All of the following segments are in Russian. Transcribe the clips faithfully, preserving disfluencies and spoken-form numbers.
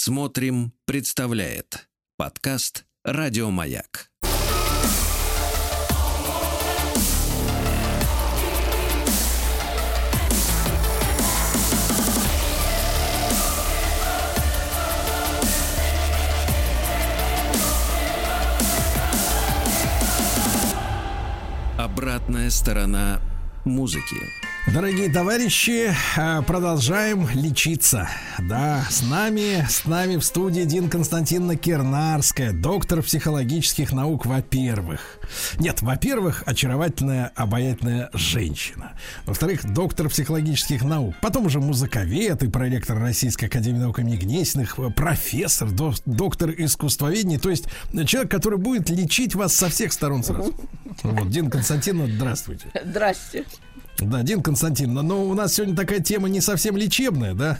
Смотрим, представляет подкаст «Радио Маяк». Обратная сторона музыки. Дорогие товарищи, продолжаем лечиться. Да, с нами, с нами в студии Дина Константиновна Кирнарская, доктор психологических наук, во-первых. Нет, во-первых, очаровательная, обаятельная женщина. Во-вторых, доктор психологических наук. Потом уже музыковед и проректор Российской академии наук имени Гнесиных, профессор, до, доктор искусствоведения. То есть человек, который будет лечить вас со всех сторон сразу. Вот, Дина Константиновна, здравствуйте. Здрасте. Да, Дина Константиновна, но у нас сегодня такая тема не совсем лечебная, да?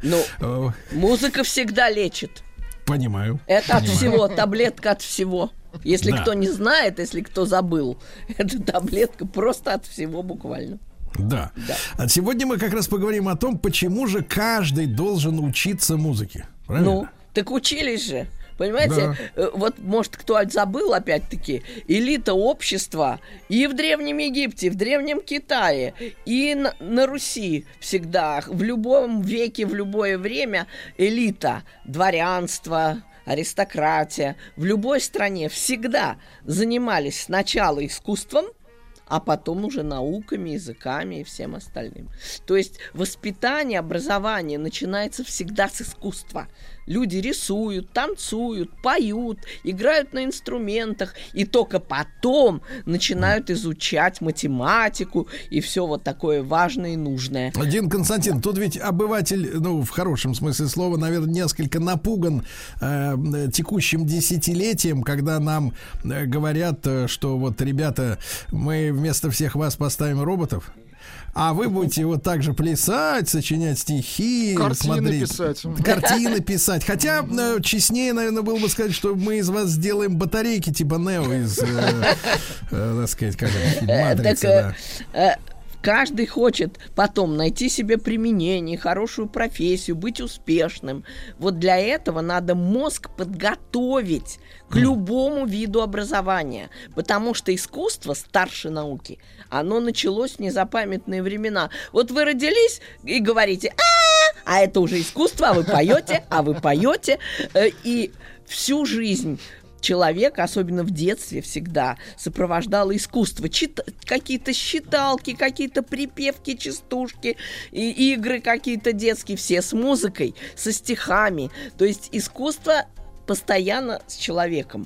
Ну, музыка всегда лечит. Понимаю. Это понимаю. От всего, таблетка от всего. Если да. кто не знает, если кто забыл, это таблетка просто от всего буквально. Да. да. А сегодня мы как раз поговорим о том, почему же каждый должен учиться музыке. Правильно? Ну, так учились же. Понимаете, да. Вот, может, кто забыл, опять-таки, элита общества и в Древнем Египте, и в Древнем Китае, и на, на Руси всегда, в любом веке, в любое время элита, дворянство, аристократия, в любой стране всегда занимались сначала искусством, а потом уже науками, языками и всем остальным. То есть воспитание, образование начинается всегда с искусства. Люди рисуют, танцуют, поют, играют на инструментах, и только потом начинают изучать математику и все вот такое важное и нужное. Дин Константин, тут ведь обыватель, ну, в хорошем смысле слова, наверное, несколько напуган э, текущим десятилетием, когда нам э, говорят, что вот, ребята, мы вместо всех вас поставим роботов. А вы будете вот так же плясать, сочинять стихи, картины смотреть, писать. Картины писать. Хотя э, честнее, наверное, было бы сказать, что мы из вас сделаем батарейки типа Нео из, э, э, так сказать, как это, Матрицы, да. Каждый хочет потом найти себе применение, хорошую профессию, быть успешным. Вот для этого надо мозг подготовить к любому виду образования. Потому что искусство старше науки. Оно началось в незапамятные времена. Вот вы родились и говорите: а, а это уже искусство, а вы поете, а вы поете. И всю жизнь человек, особенно в детстве, всегда сопровождало искусство. Чит... Какие-то считалки, какие-то припевки, частушки, и игры какие-то детские, все с музыкой, со стихами. То есть искусство постоянно с человеком.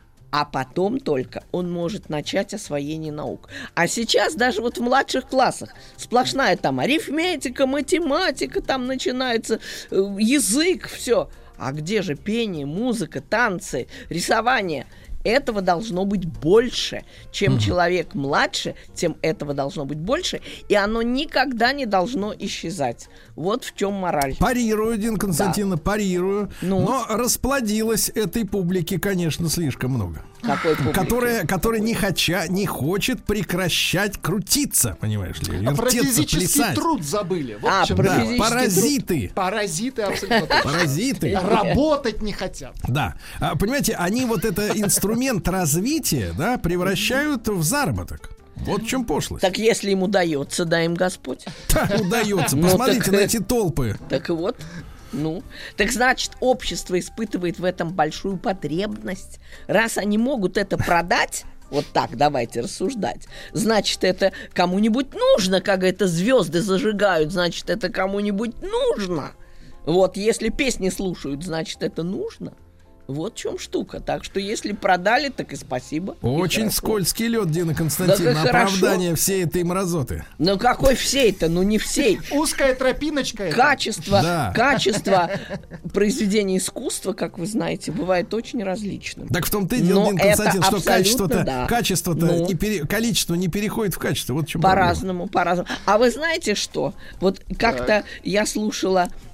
А потом только он может начать освоение наук. А сейчас даже вот в младших классах сплошная там арифметика, математика, там начинается э, язык, все. А где же пение, музыка, танцы, рисование? Этого должно быть больше. Чем mm-hmm. человек младше, тем этого должно быть больше. И оно никогда не должно исчезать. Вот в чем мораль. Парирую, Дина Константиновна, да. парирую. Ну? Но расплодилось этой публики, конечно, слишком много. Какой публики? Которая, которая не, хоча, не хочет прекращать крутиться, понимаешь ли? А про физический плясать. Труд забыли. Вот а, про да. Паразиты. Труд. Паразиты, абсолютно точно. Паразиты. Работать не хотят. Да. А, понимаете, они вот это инструмент развития, да, превращают в заработок. Вот в чем пошлость. Так если им удается, дай им Господь. Да, удается. Посмотрите на эти толпы. Так вот. Ну, так значит, общество испытывает в этом большую потребность. Раз они могут это продать, вот так давайте рассуждать, значит, это кому-нибудь нужно, как это звезды зажигают, значит, это кому-нибудь нужно. Вот, если песни слушают, значит, это нужно. Вот в чем штука. Так что если продали, так и спасибо. Очень и скользкий лед, Дина Константиновна. Да, оправдание хорошо. Всей этой мразоты. Ну какой всей-то? Ну не всей. Узкая тропиночка. Качество, да. качество произведения искусства, как вы знаете, бывает очень различным. Так в том-то и дело, Дина Константиновна, что качество-то, да. качество-то ну, не пере, количество не переходит в качество. Вот в чем по-разному, по-разному. А вы знаете что? Вот как-то так. я слушала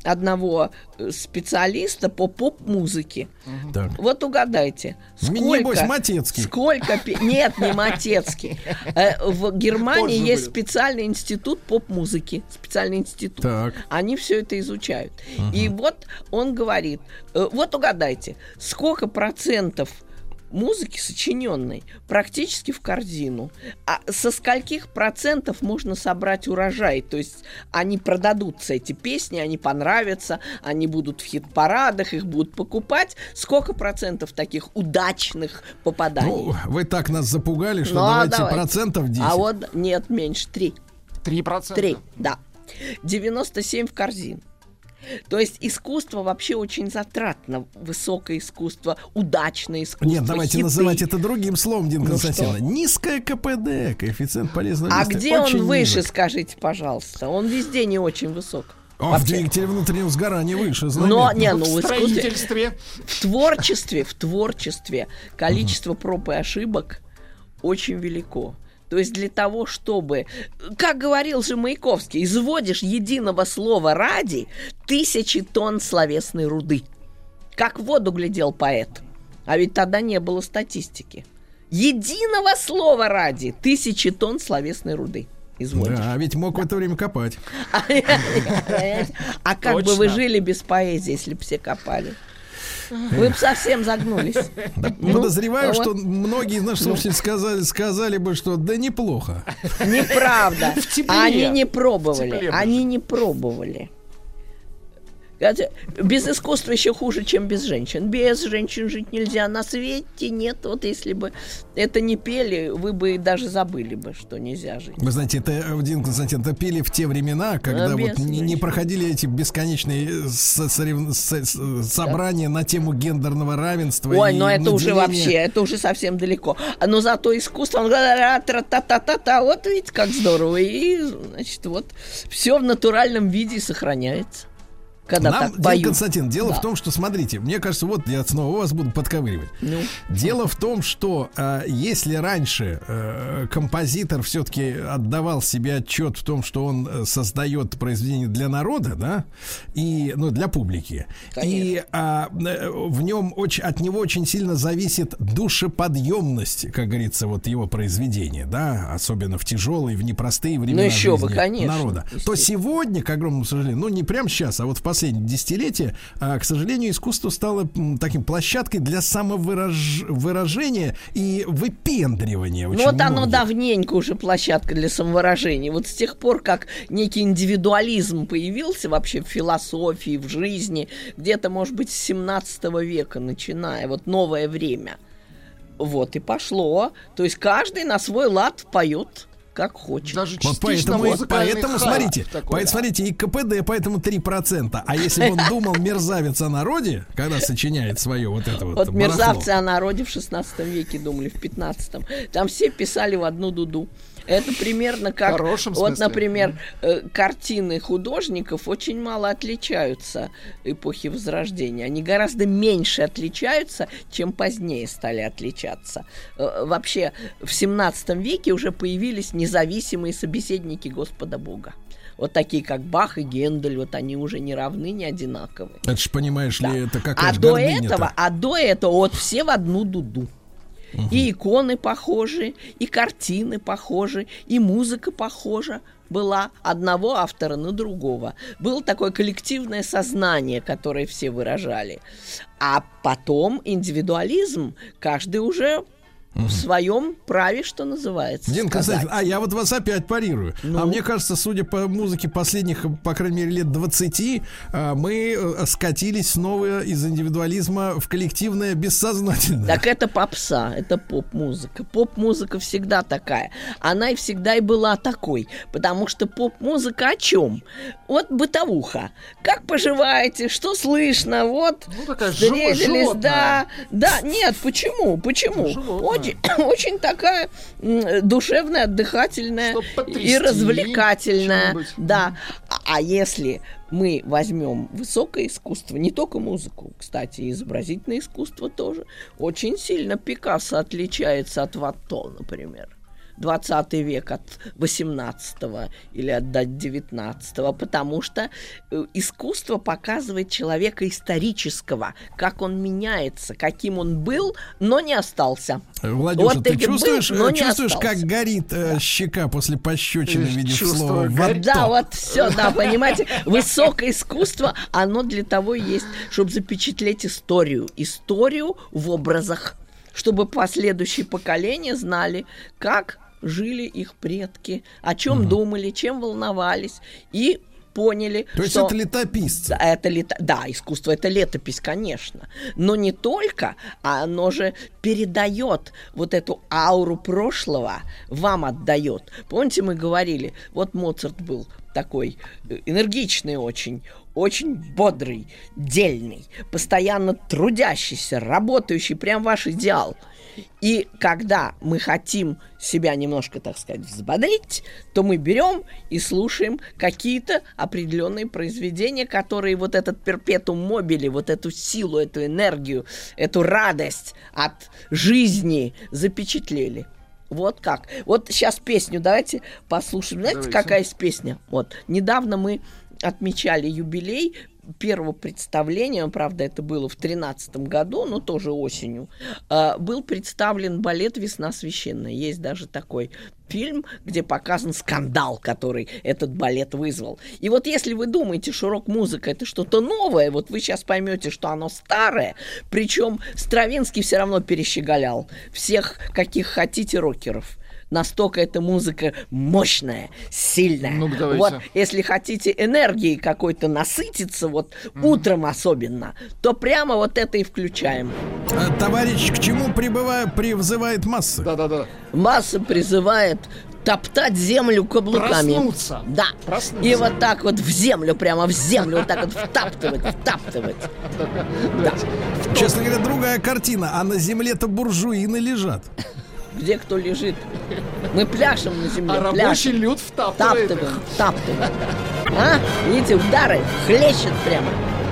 одного специалиста по поп-музыке. Так. Вот угадайте, сколько... Небось, Матецкий. Сколько... Нет, не Матецкий. В Германии Позже есть будет. специальный институт поп-музыки. Специальный институт. Так. Они все это изучают. И вот он говорит, э, вот угадайте, сколько процентов музыки, сочиненной, практически в корзину. А со скольких процентов можно собрать урожай? То есть они продадутся, эти песни, они понравятся, они будут в хит-парадах, их будут покупать. Сколько процентов таких удачных попаданий? Ну, вы так нас запугали, что Ну, а давайте, давайте. процентов десять. А вот нет, меньше, три. Три процента. Три, да. девяносто семь в корзину. То есть искусство вообще очень затратно. Высокое искусство, удачное искусство. Нет, давайте хиты. называть это другим словом, Дина Ну Константиновна. что? Низкое КПД, коэффициент полезного А действия. где Очень он выше, низок. скажите, пожалуйста? Он везде не очень высок. А в Вообще. двигателе внутреннего сгорания выше, Но, заметно. не, ну, В в искусстве, строительстве. в творчестве, в творчестве количество проб и ошибок очень велико. То есть для того, чтобы, как говорил же Маяковский, изводишь единого слова ради тысячи тонн словесной руды. Как в воду глядел поэт. А ведь тогда не было статистики. Единого слова ради тысячи тонн словесной руды изводишь. Да, ведь мог в это время копать. А как бы Точно. вы жили без поэзии, если бы все копали? Вы бы совсем загнулись. Ну, Подозреваю, вот. что многие из наших слушателей сказали, сказали бы, что да неплохо. Неправда. тепле. Они не В пробовали. тепле Они не пробовали. Знаете, без искусства еще хуже, чем без женщин. Без женщин жить нельзя. На свете нет. Вот если бы это не пели, вы бы даже забыли бы, что нельзя жить. Вы знаете, это, Дин Константин, это пели в те времена, когда А, вот без не, не женщин. проходили эти бесконечные со- сорев- со- с- собрания на тему гендерного равенства. Ой, и но это уже наделения- вообще, это уже совсем далеко. А, Но зато искусство, он та-та-та-та, вот видите, как здорово. И, значит, вот все в натуральном виде сохраняется. Когда Нам, так Дин поют. Константин, дело Да. в том, что, смотрите, мне кажется, вот я снова вас буду подковыривать. Ну. Дело в том, что э, если раньше э, композитор все-таки отдавал себе отчет в том, что он э, создает произведение для народа, да, и, ну, для публики, и а, э, в нем очень, от него очень сильно зависит душеподъемность, как говорится, вот его произведения, да, особенно в тяжелые, в непростые времена Ну, еще бы, жизни конечно, народа. То естественно. сегодня, к огромному сожалению, ну не прямо сейчас, а вот в последние десятилетия, а, к сожалению, искусство стало м, таким площадкой для самовыражения и выпендривания. Ну очень вот оно многих. давненько уже площадка для самовыражения. Вот с тех пор, как некий индивидуализм появился вообще в философии, в жизни, где-то, может быть, с семнадцатого века начиная, вот новое время. Вот и пошло. То есть каждый на свой лад поет, как хочет. Даже Вот частично поэтому, и- музыкальный поэтому хайп смотрите, такой, поэтому, да. смотрите, и КПД поэтому три процента. А если бы он думал мерзавец о народе, когда сочиняет свое вот это вот Вот барахло. мерзавцы о народе в шестнадцатом веке думали, в пятнадцатом. Там все писали в одну дуду. Это примерно как, В хорошем вот, смысле. например, э, картины художников очень мало отличаются эпохи Возрождения. Они гораздо меньше отличаются, чем позднее стали отличаться. Э, вообще, в семнадцатом веке уже появились независимые собеседники Господа Бога. Вот такие, как Бах и Гендель, вот они уже не равны, не одинаковы. Это ж, понимаешь Да. ли, это какая А ж до гордыня-то. этого, а до этого вот все в одну дуду. И иконы похожи, и картины похожи, и музыка похожа была одного автора на другого. Было такое коллективное сознание, которое все выражали. А потом индивидуализм, каждый уже в своем праве, что называется. Дин сказать. Константин, а я вот вас опять парирую. Ну? А мне кажется, судя по музыке последних, по крайней мере, лет двадцати, а, мы э, скатились снова из индивидуализма в коллективное бессознательное. Так это попса, это поп-музыка. Поп-музыка всегда такая. Она и всегда и была такой. Потому что поп-музыка о чем? Вот бытовуха. Как поживаете? Что слышно? Вот Ну, такая встретились, животная. да. Да, нет, почему? Почему? Животная. Очень, очень такая м, душевная, отдыхательная Чтоб потрясти и развлекательная. чем-нибудь. Да. А, а если мы возьмем высокое искусство, не только музыку, кстати, и изобразительное искусство тоже, очень сильно Пикассо отличается от Ватто, например. двадцатый век от восемнадцатого или от девятнадцатого, потому что искусство показывает человека исторического, как он меняется, каким он был, но не остался. Владюша, вот ты чувствуешь, был, чувствуешь как горит э, щека после пощечины в виде слова «вот». Да, вот все, да, понимаете, высокое искусство, оно для того и есть, чтобы запечатлеть историю, историю в образах, чтобы последующие поколения знали, как жили их предки, о чем угу. думали, чем волновались, и поняли, То есть что... это летописцы. Это лето... Да, искусство — это летопись, конечно. Но не только, а оно же передает вот эту ауру прошлого, вам отдает. Помните, мы говорили, вот Моцарт был такой энергичный очень, очень бодрый, дельный, постоянно трудящийся, работающий, прям ваш идеал. И когда мы хотим себя немножко, так сказать, взбодрить, то мы берем и слушаем какие-то определенные произведения, которые вот этот перпетум мобили, вот эту силу, эту энергию, эту радость от жизни запечатлели. Вот как. Вот сейчас песню давайте послушаем. Знаете, давайте. Какая есть песня? Вот. Недавно мы отмечали юбилей первого представления, правда, это было в тринадцатом году, но тоже осенью, э, был представлен балет «Весна священная». Есть даже такой фильм, где показан скандал, который этот балет вызвал. И вот если вы думаете, что рок-музыка — это что-то новое, вот вы сейчас поймете, что оно старое, причем Стравинский все равно перещеголял всех, каких хотите, рокеров. Настолько эта музыка мощная, сильная. Ну, вот, если хотите энергией какой-то насытиться, вот mm-hmm. утром особенно, то прямо вот это и включаем. А, товарищ, к чему прибывая, призывает массы? Да-да-да. Масса призывает топтать землю каблуками. Проснуться. Да. Проснуться. И вот так вот в землю, прямо в землю, вот так вот втаптывать, втаптывать. Да. Честно говоря, другая картина. А на земле-то буржуины лежат. Где кто лежит? Мы пляшем на земле. А пляшем. рабочий люд втаптывает. Втаптываем, втаптываем. А? Видите, удары хлещет прямо.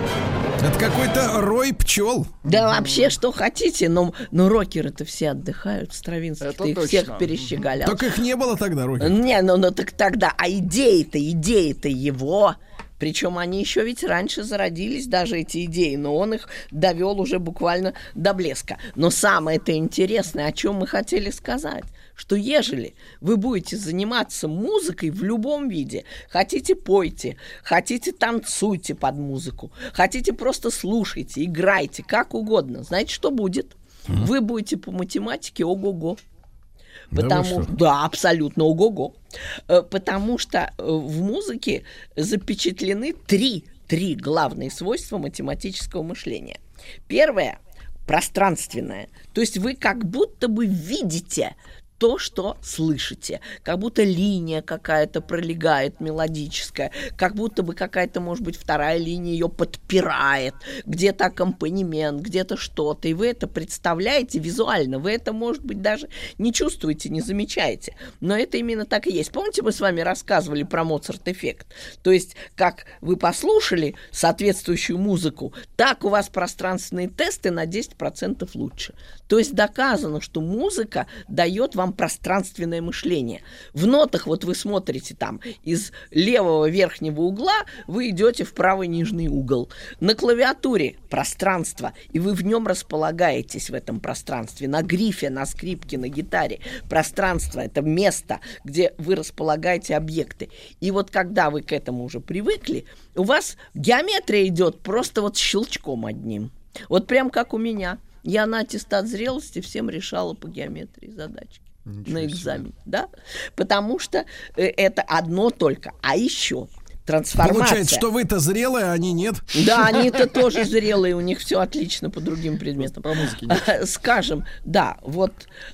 Это какой-то рой пчел. Да вообще, что хотите, но, но рокеры-то все отдыхают. Стравинский, ты их всех перещеголял. Так их не было тогда, рокеров. Не, ну, ну так тогда, а идеи-то, идеи-то его... Причем они еще ведь раньше зародились, даже эти идеи, но он их довел уже буквально до блеска. Но самое-то интересное, о чем мы хотели сказать, что ежели вы будете заниматься музыкой в любом виде, хотите пойте, хотите танцуйте под музыку, хотите просто слушайте, играйте, как угодно, знаете, что будет? Mm-hmm. Вы будете по математике ого-го. Потому, да, да, абсолютно ого-го. Потому что в музыке запечатлены три, три главные свойства математического мышления. Первое – пространственное. То есть вы как будто бы видите то, что слышите. Как будто линия какая-то пролегает мелодическая, как будто бы какая-то, может быть, вторая линия ее подпирает, где-то аккомпанемент, где-то что-то, и вы это представляете визуально, вы это, может быть, даже не чувствуете, не замечаете, но это именно так и есть. Помните, мы с вами рассказывали про Моцарт-эффект? То есть, как вы послушали соответствующую музыку, так у вас пространственные тесты на десять процентов лучше. То есть доказано, что музыка дает вам пространственное мышление. В нотах вот вы смотрите там из левого верхнего угла, вы идете в правый нижний угол. На клавиатуре пространство, и вы в нем располагаетесь в этом пространстве. На грифе, на скрипке, на гитаре. Пространство — это место, где вы располагаете объекты. И вот когда вы к этому уже привыкли, у вас геометрия идет просто вот щелчком одним. Вот прям как у меня. Я на аттестат зрелости всем решала по геометрии задачки. Ничего на экзамене, себе. Да? Потому что это одно только. А еще трансформация. Получается, что вы-то зрелые, а они нет? Да, они-то тоже зрелые, у них все отлично по другим предметам. По музыке нет. Скажем, да, вот...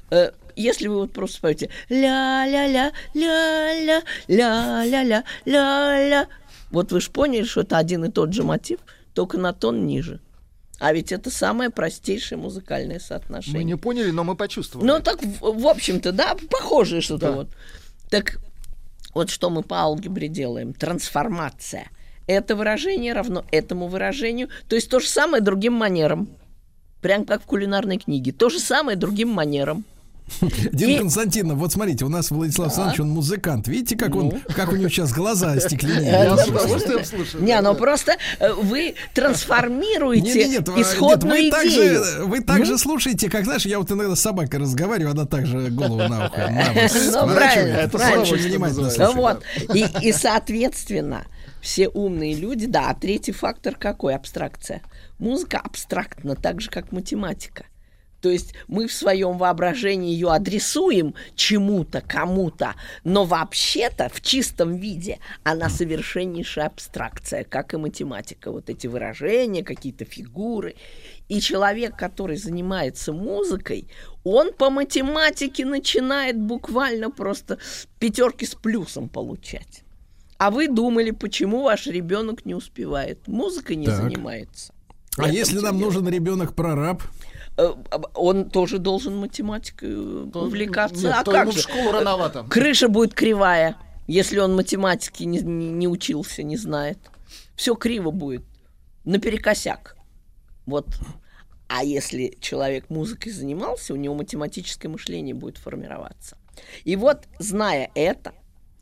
Если вы вот просто споете ля-ля-ля, ля-ля, ля-ля-ля, ля-ля, вот вы же поняли, что это один и тот же мотив, только на тон ниже. А ведь это самое простейшее музыкальное соотношение. Мы не поняли, но мы почувствовали. Ну, так, в, в общем-то, да, похожее что-то. Да. Вот. Так вот, что мы по алгебре делаем? Трансформация. Это выражение равно этому выражению. То есть то же самое другим манером. Прям как в кулинарной книге. То же самое другим манером. Дина И- Константиновна, вот смотрите, у нас Владислав Александрович, он музыкант. Видите, как он, как у него сейчас глаза Я остекленели? с удовольствием слушаю. Не, да, ну да. просто э, вы трансформируете Нет, нет, нет, исходную нет, вы так идею. же, вы так же слушаете, как, знаешь, я вот иногда с собакой разговариваю, она также голову на ухо на вас Ну, сворачивает. правильно, Это правильно. очень внимательно называется. слушает. Вот. И, и, соответственно, все умные люди, да, а третий фактор какой? Абстракция. Музыка абстрактна, так же, как математика. То есть мы в своем воображении ее адресуем чему-то, кому-то, но вообще-то в чистом виде она совершеннейшая абстракция, как и математика. Вот эти выражения, какие-то фигуры. И человек, который занимается музыкой, он по математике начинает буквально просто пятерки с плюсом получать. А вы думали, почему ваш ребенок не успевает? Музыкой не Так. занимается. А В этом если всё нам дело. нужен ребенок-прораб? Э, Он тоже должен математикой э, То- увлекаться. Нет, А то как ему в же? школу рановато. Крыша будет кривая, если он математики не, не- не учился, не знает. Все криво будет, наперекосяк. Вот. А если человек музыкой занимался, у него математическое мышление будет формироваться. И вот, зная это,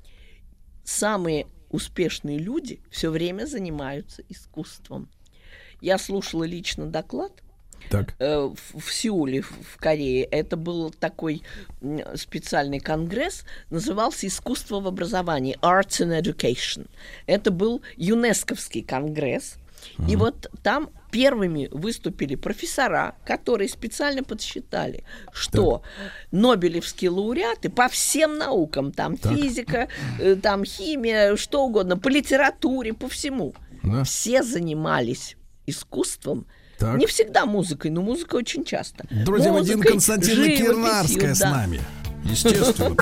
самые успешные люди все время занимаются искусством. Я слушала лично доклад Так. э, в, в Сеуле, в, в Корее. Это был такой м, специальный конгресс, назывался «Искусство в образовании» Arts in Education. Это был ЮНЕСКОвский конгресс. И вот там первыми выступили профессора, которые специально подсчитали, что нобелевские лауреаты по всем наукам, там Так. физика, э, там химия, что угодно, по литературе, по всему, Да. все занимались искусством. Так. Не всегда музыкой, но музыкой очень часто. Друзья мои, Дина Музыкой, Константиновна живописью, Кирнарская с да. нами. Естественно.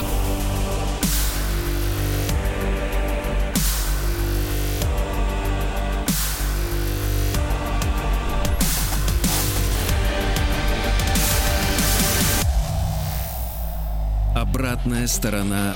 Обратная сторона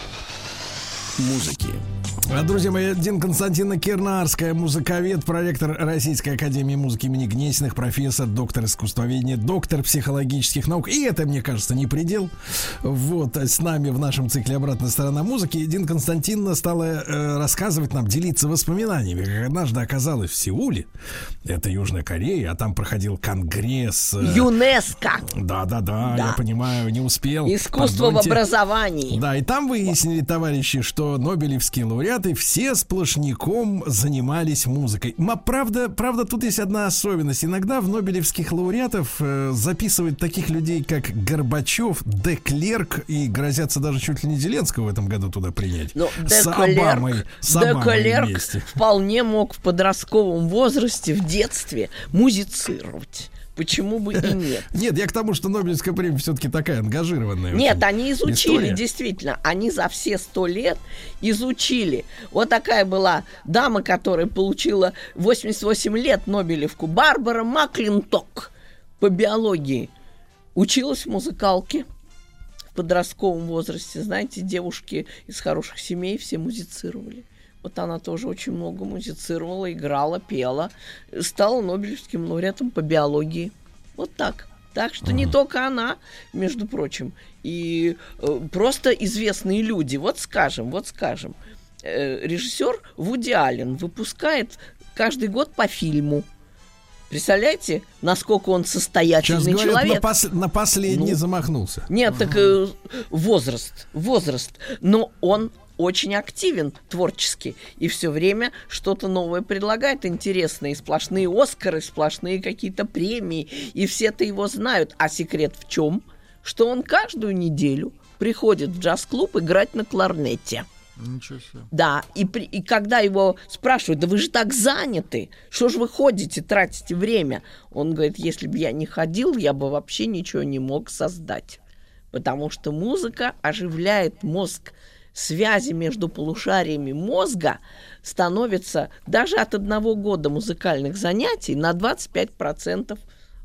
музыки. А, Друзья мои, Дина Константиновна Кирнарская, музыковед, проректор Российской академии музыки имени Гнесиных, профессор, доктор искусствоведения, доктор психологических наук. И это, мне кажется, не предел. Вот, с нами в нашем цикле «Обратная сторона музыки» Дина Константиновна стала э, рассказывать нам, делиться воспоминаниями. Как однажды оказалась в Сеуле, это Южная Корея, а там проходил конгресс. э, ЮНЕСКО. Да-да-да, Да. я понимаю, не успел. Искусство Пардоньте. в образовании. Да, и там выяснили, товарищи, что нобелевские лауреаты все сплошняком занимались музыкой. Ма, правда, правда, тут есть одна особенность. Иногда в нобелевских лауреатов э, записывают таких людей, как Горбачев, де Клерк, и грозятся даже чуть ли не Зеленского в этом году туда принять. Но С Обамой, с де Обамой Клерк вместе. вполне мог в подростковом возрасте, в детстве музицировать. Почему бы и нет? Нет, я к тому, что Нобелевская премия все-таки такая ангажированная. Нет, очень они изучили, история. действительно. Они за все сто лет изучили. Вот такая была дама, которая получила восемьдесят восемь лет Нобелевку. Барбара Маклинток по биологии. Училась в музыкалке в подростковом возрасте. Знаете, девушки из хороших семей все музицировали. Вот она тоже очень много музицировала, играла, пела. Стала Нобелевским лауреатом по биологии. Вот так. Так что не только она, между прочим. И э, просто известные люди. Вот скажем, вот скажем. Э, режиссер Вуди Аллен выпускает каждый год по фильму. Представляете, насколько он Сейчас состоятельный говорят, человек? на, пос- на последний Ну. замахнулся. Нет, так э, возраст, возраст. Но он очень активен творчески и все время что-то новое предлагает, интересное. И сплошные Оскары, сплошные какие-то премии. И все-то его знают. А секрет в чем? Что он каждую неделю приходит в джаз-клуб играть на кларнете. Ничего себе. Да, и, при, и когда его спрашивают, да вы же так заняты, что же вы ходите, тратите время? Он говорит, если бы я не ходил, я бы вообще ничего не мог создать. Потому что музыка оживляет мозг. Связи между полушариями мозга становятся даже от одного года музыкальных занятий на двадцать пять процентов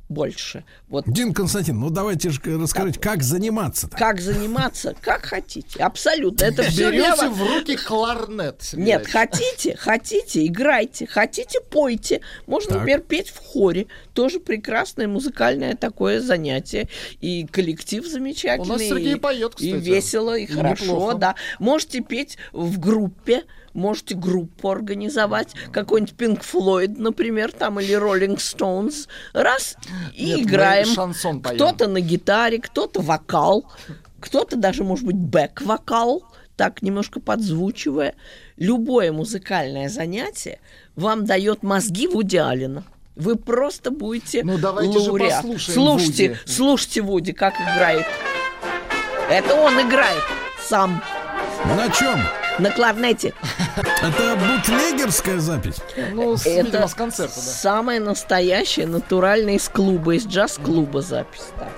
больше. Вот. Дин Константин, ну давайте же расскажите, как заниматься-то? Как заниматься? Как хотите. Абсолютно. Это все для Берете вас. в руки кларнет. Сергей Нет, Ильич. хотите, хотите, играйте, хотите, пойте. Можно, Так. например, петь в хоре. Тоже прекрасное музыкальное такое занятие. И коллектив замечательный. У нас Сергей и, поет, кстати. И весело, и, И хорошо, неплохо. да. Можете петь в группе. Можете группу организовать, какой-нибудь Pink Floyd, например, там, или Rolling Stones. Раз, и Нет, мы играем. шансон поем. Кто-то на гитаре, кто-то вокал, кто-то даже, может быть, бэк-вокал, так немножко подзвучивая. Любое музыкальное занятие вам дает мозги Вуди Аллена. Вы просто будете Ну, давайте же лауреат. послушаем Слушайте, Вуди. слушайте Вуди, как играет. Это он играет сам На чем? на кларнете. Это бутлегерская запись? Ну, с, Это видимо, с концерта, да. самая настоящая, натуральная из клуба, из джаз-клуба запись. Да.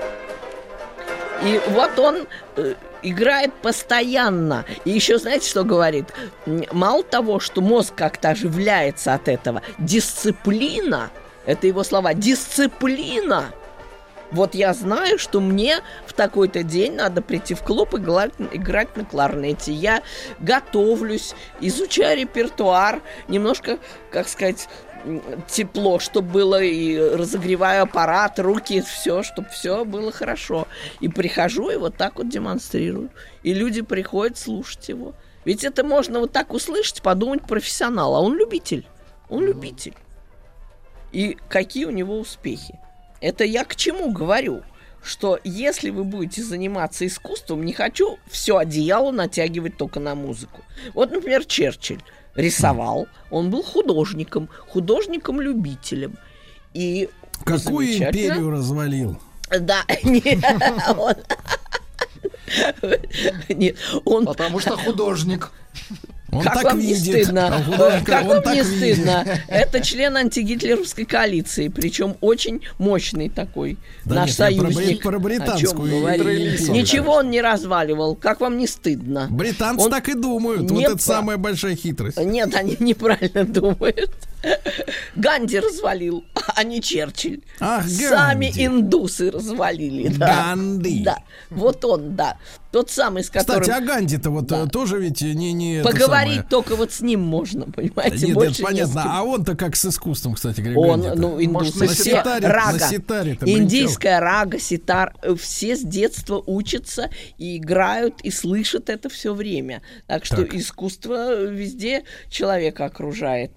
И вот он э, играет постоянно. И еще знаете, что говорит? М, Мало того, что мозг как-то оживляется от этого, дисциплина, это его слова, дисциплина. Вот я знаю, что мне в такой-то день надо прийти в клуб и играть, играть на кларнете. Я готовлюсь, изучаю репертуар, немножко, как сказать, м, тепло, чтобы было, и разогреваю аппарат, руки, все, чтобы все было хорошо. И прихожу, и вот так вот демонстрирую. И люди приходят слушать его. Ведь это можно вот так услышать, подумать профессионал, а он любитель. Он любитель. И какие у него успехи. Это я к чему говорю? Что если вы будете заниматься искусством, не хочу все одеяло натягивать только на музыку. Вот, например, Черчилль рисовал, он был художником, художником-любителем. И Какую замечательно. империю развалил? Да, нет, он... Нет, он... Потому что художник. Он Как так вам видит. не стыдно? А художник, Как он вам так не видит. стыдно? Это член антигитлеровской коалиции, причем очень мощный такой Да наш нет, я про союзник. бри- про О британскую чем говорить? империю. Ничего он не разваливал. Как вам не стыдно? Британцы Он так и думают. не Вот это по- самая большая хитрость. Нет, они неправильно думают. Ганди развалил, а не Черчилль. Ах, Сами Ганди. индусы развалили. Да. Ганди. Да, вот он, да. Тот самый, с которым... Кстати, а Ганди-то вот Да. э, тоже ведь не... не это Поговорить самое. только вот с ним можно, понимаете, Нет, больше это понятно. не с кем. А он-то как с искусством, кстати говоря, Он, Ганди-то. ну, Может, индусы на все, ситаре- рага, на ситаре-то бренчал. индийская рага, ситар, э, все с детства учатся и играют, и слышат это все время. Так что Так. искусство везде человека окружает,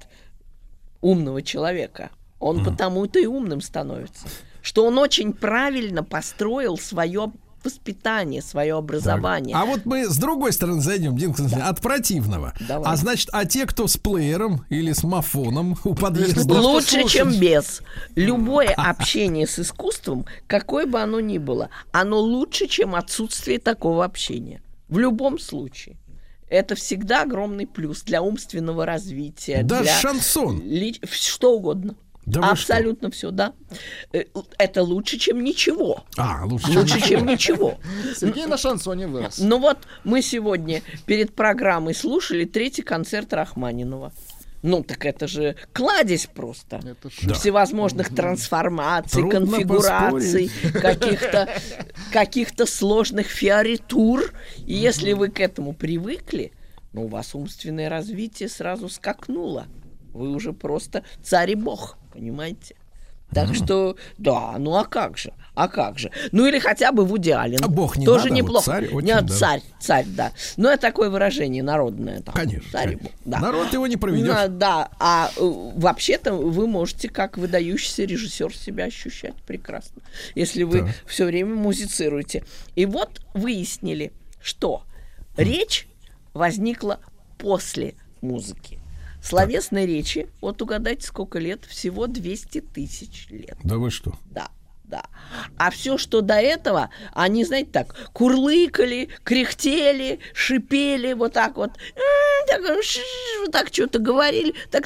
умного человека. Он потому-то и умным становится, что он очень правильно построил свое воспитание, свое образование. А вот мы с другой стороны зайдем, Дин Константинович, от противного. Давай. А значит, а те, кто с плеером или с мафоном у подъезда... просто Лучше, слушать. чем без. Любое общение с искусством, какое бы оно ни было, оно лучше, чем отсутствие такого общения. В любом случае. Это всегда огромный плюс для умственного развития. Даже для шансон. ли- Что угодно. Да вы Абсолютно все, да. Э, Это лучше, чем ничего. А, лучше, чем Лучше, чем ничего. Сергей на шансоне вырос. Ну вот мы сегодня перед программой слушали третий концерт Рахманинова. Ну так это же кладезь просто. Это ж- Да. Всевозможных трансформаций, Трудно конфигураций, каких-то, каких-то сложных фиоритур. И если вы к этому привыкли, ну, у вас умственное развитие сразу скакнуло. Вы уже просто царь и бог, понимаете? Так что, да, ну а как же? А как же? Ну или хотя бы Вуди Аллен. А бог не Тоже надо, а вот неплохо. царь очень, Нет, да. царь, царь, да. Но это такое выражение народное. Там, Конечно. Царь и конечно. бог, да. Народ его не проведешь. На- да, а э, вообще-то вы можете как выдающийся режиссер себя ощущать прекрасно, если вы Так. все время музицируете. И вот выяснили, что речь возникла после музыки. Словесной речи, вот угадайте, сколько лет? Всего двести тысяч лет. Да вы что? Да, да. А все, что до этого, они, знаете, так, курлыкали, кряхтели, шипели, вот так вот, м, так, ш- вот так что-то говорили, так,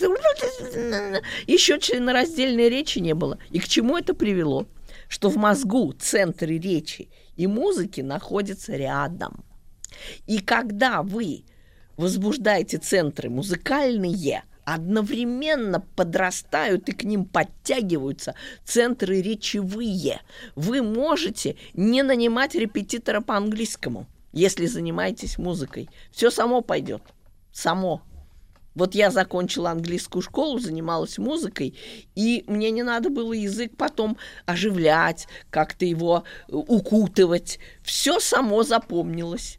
еще членораздельной речи не было. И к чему это привело? Что в мозгу центры речи и музыки находятся рядом. И когда вы возбуждаете центры музыкальные, одновременно подрастают и к ним подтягиваются центры речевые. Вы можете не нанимать репетитора по английскому, если занимаетесь музыкой. Все само пойдет. Само. Вот я закончила английскую школу, занималась музыкой, и мне не надо было язык потом оживлять, как-то его укутывать. Все само запомнилось.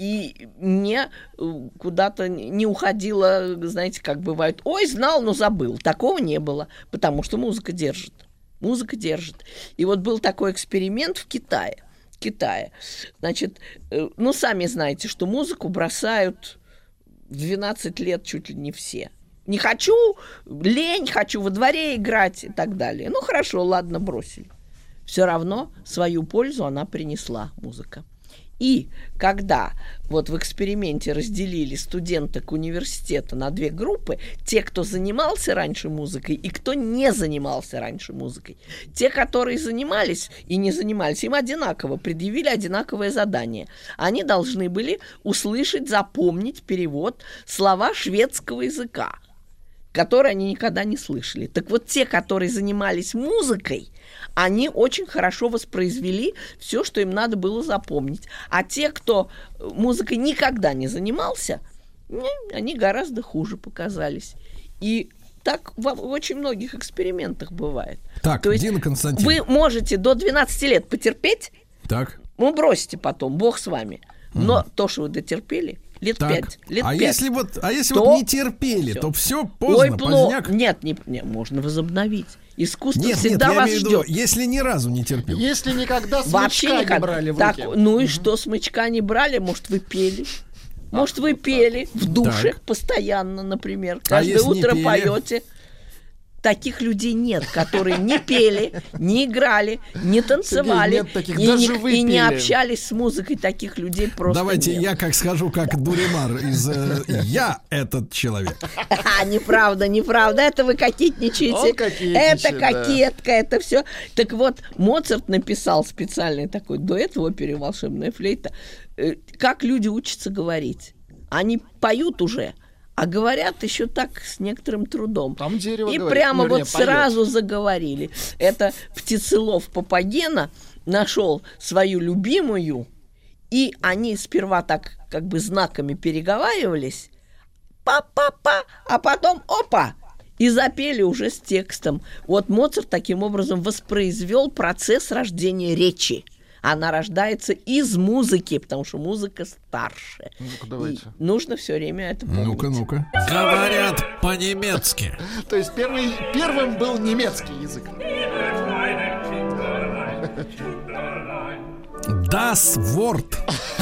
И мне куда-то не уходило, знаете, как бывает, ой, знал, но забыл. Такого не было, потому что музыка держит. Музыка держит. И вот был такой эксперимент в Китае. В Китае. Значит, ну, сами знаете, что музыку бросают в двенадцать лет чуть ли не все. Не хочу, лень, хочу во дворе играть и так далее. Ну, хорошо, ладно, бросили. Все равно свою пользу она принесла, музыка. И когда вот в эксперименте разделили студенток университета на две группы, те, кто занимался раньше музыкой, и кто не занимался раньше музыкой, те, которые занимались и не занимались, им одинаково предъявили одинаковое задание. Они должны были услышать, запомнить перевод слова шведского языка, которые они никогда не слышали. Так вот, те, которые занимались музыкой, они очень хорошо воспроизвели все, что им надо было запомнить. А те, кто музыкой никогда не занимался, они гораздо хуже показались. И так в, в очень многих экспериментах бывает. Так, То есть Дина Константиновна. вы можете до двенадцати лет потерпеть, Так. ну, бросите потом, Бог с вами. Но mm. то, что вы дотерпели, лет Так. пять, лет а пять. если вот, а если то вот не терпели, всё. то все поздно, Ой, поздняк. плохо. Нет, не, не, можно возобновить. Искусство Нет, всегда нет, я вас имею в ждет. виду, если ни разу не терпел. Если никогда Вообще смычка никак. не брали в Так, руки. ну и что, смычка не брали? Может, вы пели? Может, вы пели в душе Так. постоянно, например. А Каждое если не утро пели? поете. Таких людей нет, которые не пели, не играли, не танцевали, нет таких, и, даже не, вы и не пели. общались с музыкой. Таких людей просто Давайте нет. я как схожу, как Дуримар из э, «Я этот человек». А, неправда, неправда, это вы кокетничаете. Он кокетничает, Это кокетка, это все. Так вот, Моцарт написал специальный такой дуэт в опере «Волшебная флейта». Э, Как люди учатся говорить. Они поют уже, а говорят еще так с некоторым трудом. Там дерево И говорит, прямо вернее, вот поет. сразу заговорили. Это Птицелов Папагена нашел свою любимую, и они сперва так как бы знаками переговаривались, па-па-па, а потом опа, и запели уже с текстом. Вот Моцарт таким образом воспроизвел процесс рождения речи. Она рождается из музыки, потому что музыка старше. Ну-ка, давайте. И нужно все время это помнить. Ну-ка, ну-ка. Говорят по-немецки. То есть первый, первым был немецкий язык. Das Wort.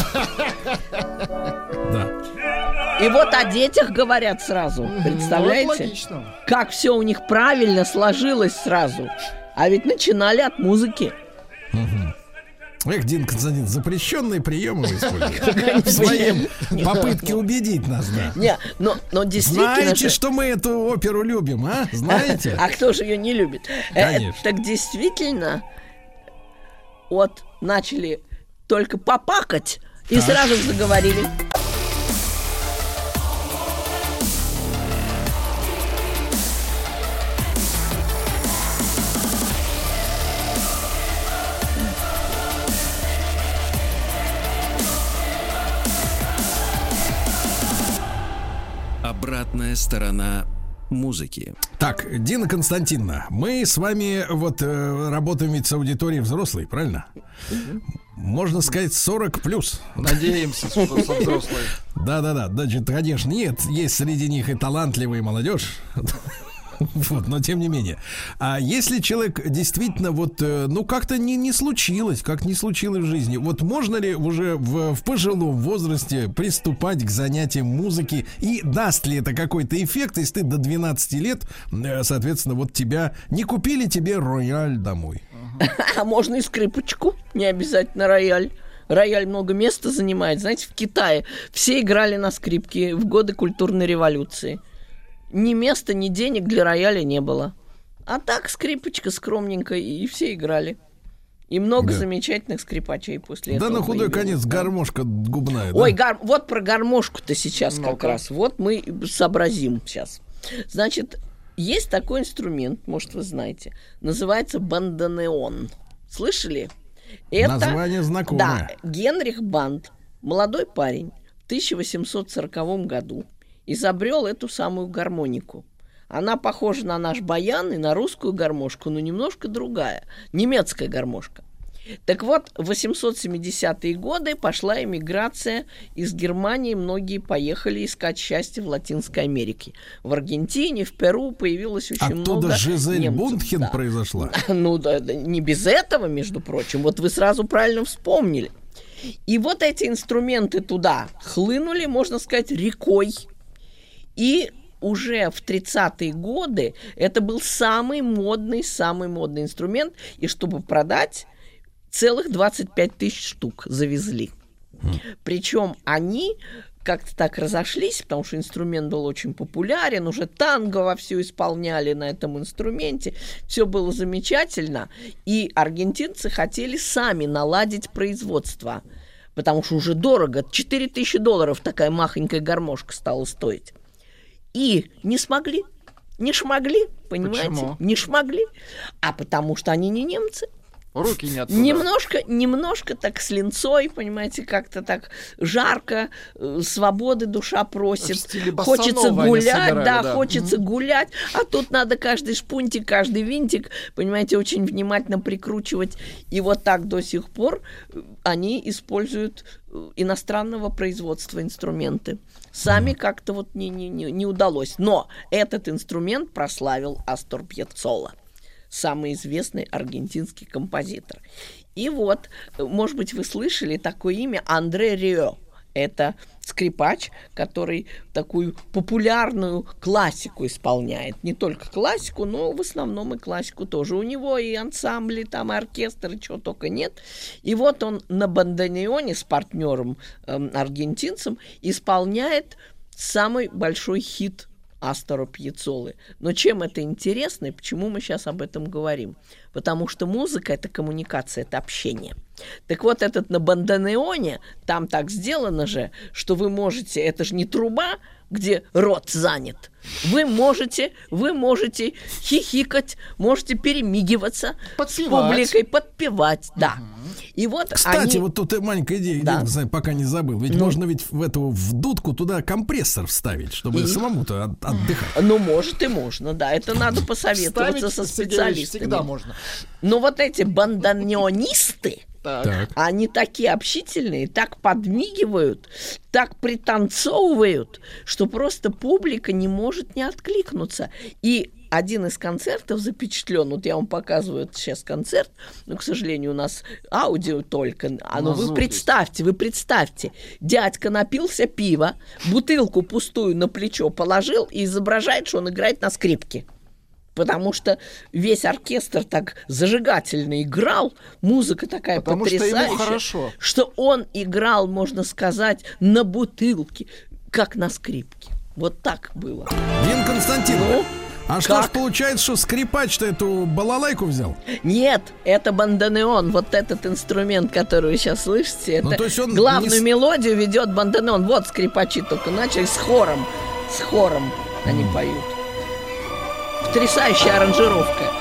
Да. И вот о детях говорят сразу. Вот Представляете? логично. Как все у них правильно сложилось сразу. А ведь начинали от музыки. Эх, Дин Константин, запрещенные приемы вы используете в своем попытке убедить нас, да. Не, но, но действительно Знаете, же- что мы эту оперу любим, а? Знаете? А кто же ее не любит? Э, Конечно. Так действительно, вот начали только попакать и сразу заговорили. Обратная сторона музыки. Так, Дина Константиновна, мы с вами вот э, работаем ведь с аудиторией взрослой, правильно? Можно сказать сорок плюс. Надеемся, что со взрослой. Да-да-да, значит, конечно, нет, есть среди них и талантливая молодежь. Вот, но тем не менее. А если человек действительно вот, э, ну, как-то не, не случилось, как не случилось в жизни, вот можно ли уже в, в пожилом возрасте приступать к занятиям музыки, и даст ли это какой-то эффект, если ты до двенадцати лет, э, соответственно, вот тебя, не купили тебе рояль домой? А можно и скрипочку, не обязательно рояль. Рояль много места занимает. Знаете, в Китае все играли на скрипке в годы культурной революции. Ни места, ни денег для рояля не было. А так скрипочка скромненькая, и все играли. И много Да. замечательных скрипачей после Да этого. на худой появилось, конец да. гармошка губная. Ой, да? гар... вот про гармошку-то сейчас как Ну-ка. раз. Вот мы сообразим сейчас. Значит, есть такой инструмент, может, вы знаете, называется бандонеон. Слышали? Это, название знакомое. Да, Генрих Банд, молодой парень, в тысяча восемьсот сороковом году изобрел эту самую гармонику. Она похожа на наш баян и на русскую гармошку, но немножко другая. Немецкая гармошка. Так вот, в восемьсот семидесятые годы пошла эмиграция из Германии. Многие поехали искать счастье в Латинской Америке. В Аргентине, в Перу появилось очень Оттуда много Жизель немцев. Бундхен Да. произошла. Ну, да, да, не без этого, между прочим. Вот вы сразу правильно вспомнили. И вот эти инструменты туда хлынули, можно сказать, рекой. И уже в тридцатые годы это был самый модный, самый модный инструмент. И чтобы продать, целых двадцать пять тысяч штук завезли. Причем они как-то так разошлись, потому что инструмент был очень популярен, уже танго вовсю исполняли на этом инструменте, все было замечательно, и аргентинцы хотели сами наладить производство, потому что уже дорого, четыре тысячи долларов такая махонькая гармошка стала стоить. И не смогли, не шмогли, понимаете? Почему? Не шмогли, а потому что они не немцы. Руки не отсюда. Немножко, немножко так с линцой, понимаете, как-то так жарко, э, свободы душа просит. В стиле Хочется босса-нова они гулять, собирали, да, да. хочется гулять, а тут надо каждый шпунтик, каждый винтик, понимаете, очень внимательно прикручивать. И вот так до сих пор э, они используют э, иностранного производства инструменты. Сами как-то вот не, не, не, не удалось. Но этот инструмент прославил Астор Пьяццола, самый известный аргентинский композитор. И вот, может быть, вы слышали такое имя Андре Рио. Это скрипач, который такую популярную классику исполняет. Не только классику, но в основном и классику тоже. У него и ансамбли, там, и оркестр, и чего только нет. И вот он на бандонеоне с партнером эм, аргентинцем исполняет самый большой хит Астора Пьяццолы. Но чем это интересно и почему мы сейчас об этом говорим? Потому что музыка — это коммуникация, это общение. Так вот, этот на бандонеоне, там так сделано же, что вы можете, это же не труба, где рот занят. Вы можете, вы можете хихикать, можете перемигиваться Подпевать. с публикой, подпевать, да. И вот Кстати, они... вот тут и маленькая идея, Да. я, знаю, пока не забыл. Ведь Ну. можно ведь в эту в дудку туда компрессор вставить, чтобы И? самому-то от- отдыхать. Ну, может и можно, да. Это надо посоветоваться Ставить, со Сергей Ильич, специалистами. всегда можно. Но вот эти бандонеонисты, Так. Так. они такие общительные, так подмигивают, так пританцовывают, что просто публика не может не откликнуться. И один из концертов запечатлен, вот я вам показываю сейчас концерт, но, к сожалению, у нас аудио только, а ну На вы звук представьте, вы представьте, дядька напился пива, бутылку пустую на плечо положил и изображает, что он играет на скрипке. Потому что весь оркестр так зажигательно играл, музыка такая Потому что ему потрясающая, хорошо. что он играл, можно сказать, на бутылке, как на скрипке. Вот так было. Дин Константинов, Ну, а что ж как? получается, что скрипач-то эту балалайку взял? Нет, это бандонеон, вот этот инструмент, который вы сейчас слышите, это Ну, то есть он главную не с- мелодию ведет бандонеон. Вот скрипачи только начали с хором, с хором они поют. Потрясающая аранжировка.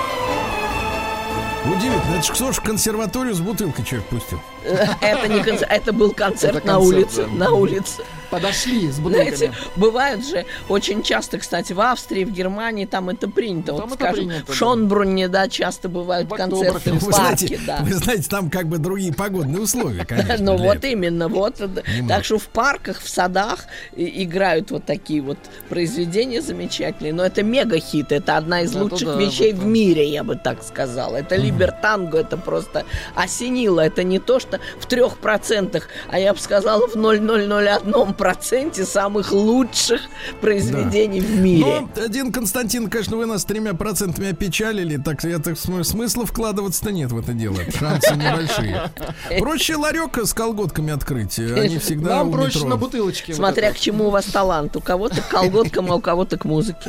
Удивительно, это ж кто ж в консерваторию с бутылкой человек пустил? Э, Это не концерт, это был концерт Это на концерт, улице, да. на улице. Подошли с бутылками. Знаете, бывают же очень часто, кстати, в Австрии, в Германии там это принято. Там Вот, это скажем, принято, в да. Шонбрунне, да, часто бывают В концерты Октоберфесте. в Вы парке, знаете, да. вы знаете, там как бы другие погодные условия, конечно. Ну для вот этого. именно, вот. Так что в парках, в садах и- играют вот такие вот произведения замечательные. Но это мега-хит, это одна из Это лучших да, вещей вот в так. мире, я бы так сказала. Это либертанго, это просто осенило. Это не то, что в трех процентах, а я бы сказала в ноль целых ноль один проценте самых лучших произведений в мире. Но, один Константин, конечно, вы нас тремя процентами опечалили, так я так см- смысла вкладываться-то нет в это дело. Шансы небольшие. Проще ларек с колготками открыть. Они всегда Нам у проще метро. на бутылочке. вот Смотря это. к чему у вас талант. У кого-то к колготкам, а у кого-то к музыке.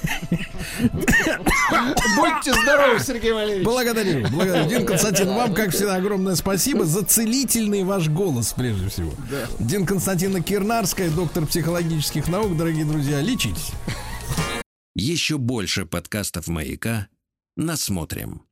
Будьте здоровы, Сергей Валерьевич. Благодарю, благодарю. Дин Константин, вам, как всегда, огромное спасибо за целительный ваш голос, прежде всего. Дин Константина Кирнарская, доктор психологических наук. Дорогие друзья, лечитесь. Еще больше подкастов «Маяка» насмотрим.